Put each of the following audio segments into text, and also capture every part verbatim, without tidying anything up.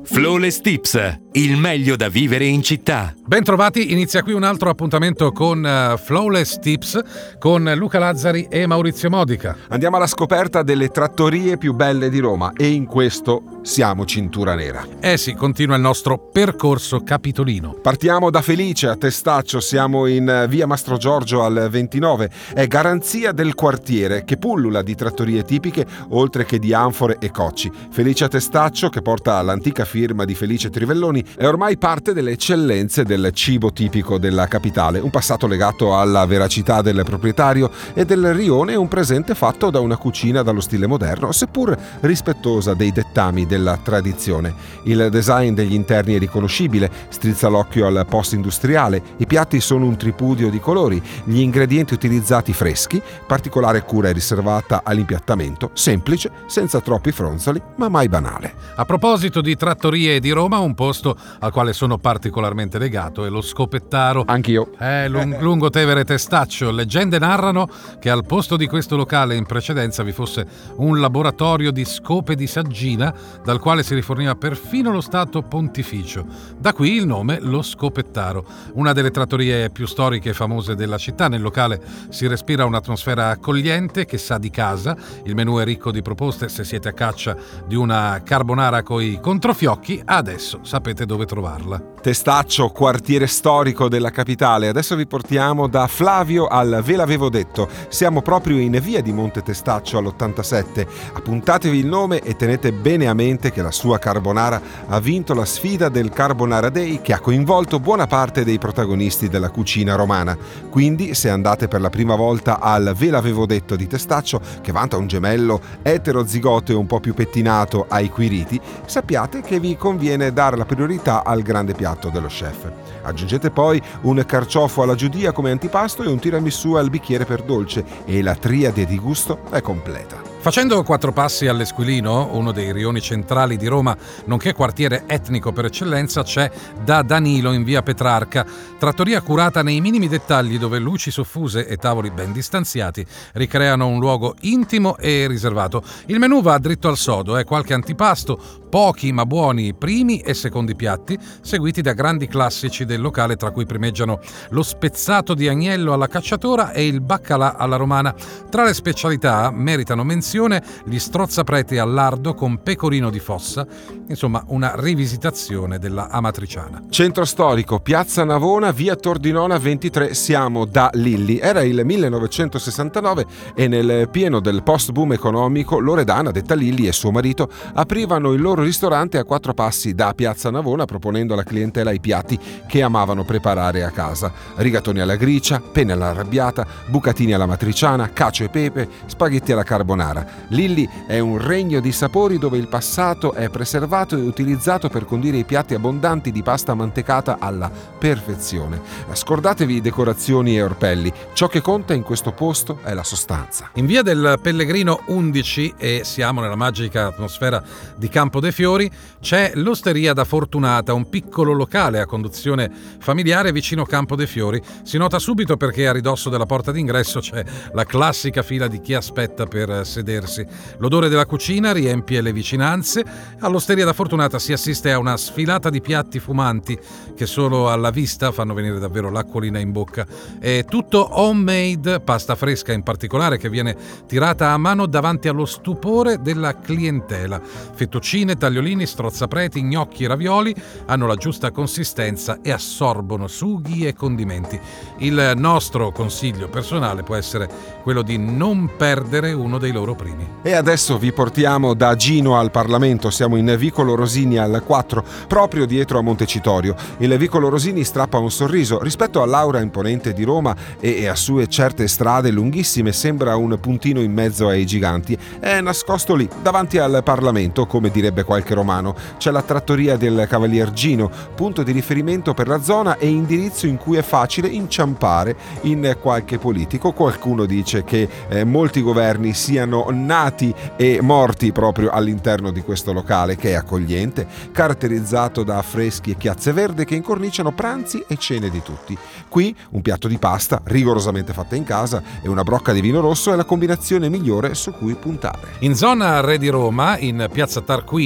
Flawless Tips, il meglio da vivere in città. Bentrovati, inizia qui un altro appuntamento con uh, Flawless Tips con Luca Lazzari e Maurizio Modica. Andiamo alla scoperta delle trattorie più belle di Roma e in questo siamo cintura nera. Eh sì, continua il nostro percorso capitolino. Partiamo da Felice a Testaccio, siamo in via Mastro Giorgio al ventinove. È garanzia del quartiere che pullula di trattorie tipiche oltre che di anfore e cocci. Felice a Testaccio, che porta l'antica firma di Felice Trivelloni, è ormai parte delle eccellenze del cibo tipico della capitale, un passato legato alla veracità del proprietario e del rione e un presente fatto da una cucina dallo stile moderno, seppur rispettosa dei dettami della tradizione. Il design degli interni è riconoscibile, strizza l'occhio al post-industriale, i piatti sono un tripudio di colori, gli ingredienti utilizzati freschi, particolare cura è riservata all'impiattamento, semplice, senza troppi fronzoli, ma mai banale. A proposito di trattorie di Roma, un posto al quale sono particolarmente legato è lo Scopettaro. Anch'io. Eh, lung- lungo Tevere Testaccio. Leggende narrano che al posto di questo locale in precedenza vi fosse un laboratorio di scope di saggina dal quale si riforniva perfino lo Stato Pontificio. Da qui il nome Lo Scopettaro, una delle trattorie più storiche e famose della città. Nel locale si respira un'atmosfera accogliente che sa di casa. Il menù è ricco di proposte. Se siete a caccia di una carbonara coi controfiocchi, adesso sapete dove trovarla. Testaccio, quartiere storico della capitale. Adesso vi portiamo da Flavio al Ve l'avevo detto. Siamo proprio in via di Monte Testaccio all'ottantasette. Appuntatevi il nome e tenete bene a mente che la sua carbonara ha vinto la sfida del Carbonara Day, che ha coinvolto buona parte dei protagonisti della cucina romana. Quindi, se andate per la prima volta al Ve l'avevo detto di Testaccio, che vanta un gemello eterozigoto e un po' più pettinato ai Quiriti, sappiate che vi conviene dare la priorità al grande piatto dello chef. Aggiungete poi un carciofo alla giudia come antipasto e un tiramisù al bicchiere per dolce e la triade di gusto è completa. Facendo quattro passi all'Esquilino, uno dei rioni centrali di Roma, nonché quartiere etnico per eccellenza, c'è Da Danilo in via Petrarca, trattoria curata nei minimi dettagli dove luci soffuse e tavoli ben distanziati ricreano un luogo intimo e riservato. Il menù va dritto al sodo, è qualche antipasto, pochi ma buoni primi e secondi piatti, seguiti da grandi classici del locale, tra cui primeggiano lo spezzato di agnello alla cacciatora e il baccalà alla romana. Tra le specialità meritano menzione gli strozzapreti al lardo con pecorino di fossa, insomma una rivisitazione della amatriciana. Centro storico, piazza Navona, via Tordinona ventitré, siamo da Lilli. Era il millenovecentosessantanove e nel pieno del post-boom economico Loredana, detta Lilli, e suo marito aprivano il loro ristorante a quattro passi da piazza Navona, proponendo alla clientela i piatti che amavano preparare a casa: rigatoni alla gricia, penne all'arrabbiata, bucatini alla matriciana, cacio e pepe, spaghetti alla carbonara. Lilli è un regno di sapori dove il passato è preservato e utilizzato per condire i piatti abbondanti di pasta mantecata alla perfezione. Scordatevi decorazioni e orpelli, ciò che conta in questo posto è la sostanza. In via del Pellegrino undici, e siamo nella magica atmosfera di Campo dei Fiori, c'è l'Osteria da Fortunata, un piccolo locale a conduzione familiare vicino Campo dei Fiori. Si nota subito perché a ridosso della porta d'ingresso c'è la classica fila di chi aspetta per sedersi. L'odore della cucina riempie le vicinanze. All'Osteria da Fortunata si assiste a una sfilata di piatti fumanti che solo alla vista fanno venire davvero l'acquolina in bocca. È tutto homemade, pasta fresca in particolare che viene tirata a mano davanti allo stupore della clientela. Fettuccine, tagliolini, strozzapreti, gnocchi e ravioli hanno la giusta consistenza e assorbono sughi e condimenti. Il nostro consiglio personale può essere quello di non perdere uno dei loro primi. E adesso vi portiamo da Gino al Parlamento. Siamo in Vicolo Rosini al quattro, proprio dietro a Montecitorio. Il Vicolo Rosini strappa un sorriso. Rispetto all'aura imponente di Roma e a sue certe strade lunghissime sembra un puntino in mezzo ai giganti. È nascosto lì, davanti al Parlamento, come direbbe qualche romano. C'è la trattoria del Cavalier Gino, punto di riferimento per la zona e indirizzo in cui è facile inciampare in qualche politico. Qualcuno dice che eh, molti governi siano nati e morti proprio all'interno di questo locale, che è accogliente, caratterizzato da affreschi e chiazze verde che incorniciano pranzi e cene di tutti. Qui un piatto di pasta rigorosamente fatta in casa e una brocca di vino rosso è la combinazione migliore su cui puntare. In zona Re di Roma, in piazza Tarquini,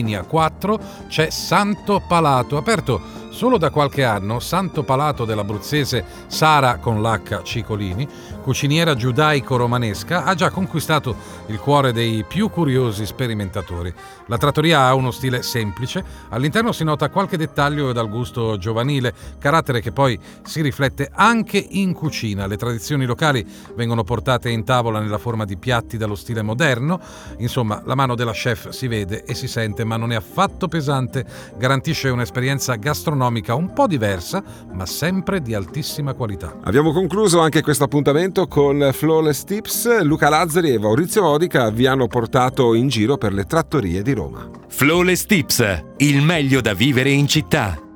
linea quattro c'è Santo Palato, aperto solo da qualche anno. Santo Palato dell'abruzzese Sara con l'H Cicolini, cuciniera giudaico-romanesca, ha già conquistato il cuore dei più curiosi sperimentatori. La trattoria ha uno stile semplice, all'interno si nota qualche dettaglio dal gusto giovanile, carattere che poi si riflette anche in cucina. Le tradizioni locali vengono portate in tavola nella forma di piatti dallo stile moderno. Insomma, la mano della chef si vede e si sente, ma non è affatto pesante, garantisce un'esperienza gastronomica un po' diversa, ma sempre di altissima qualità. Abbiamo concluso anche questo appuntamento con Flawless Tips. Luca Lazzari e Maurizio Modica vi hanno portato in giro per le trattorie di Roma. Flawless Tips, il meglio da vivere in città.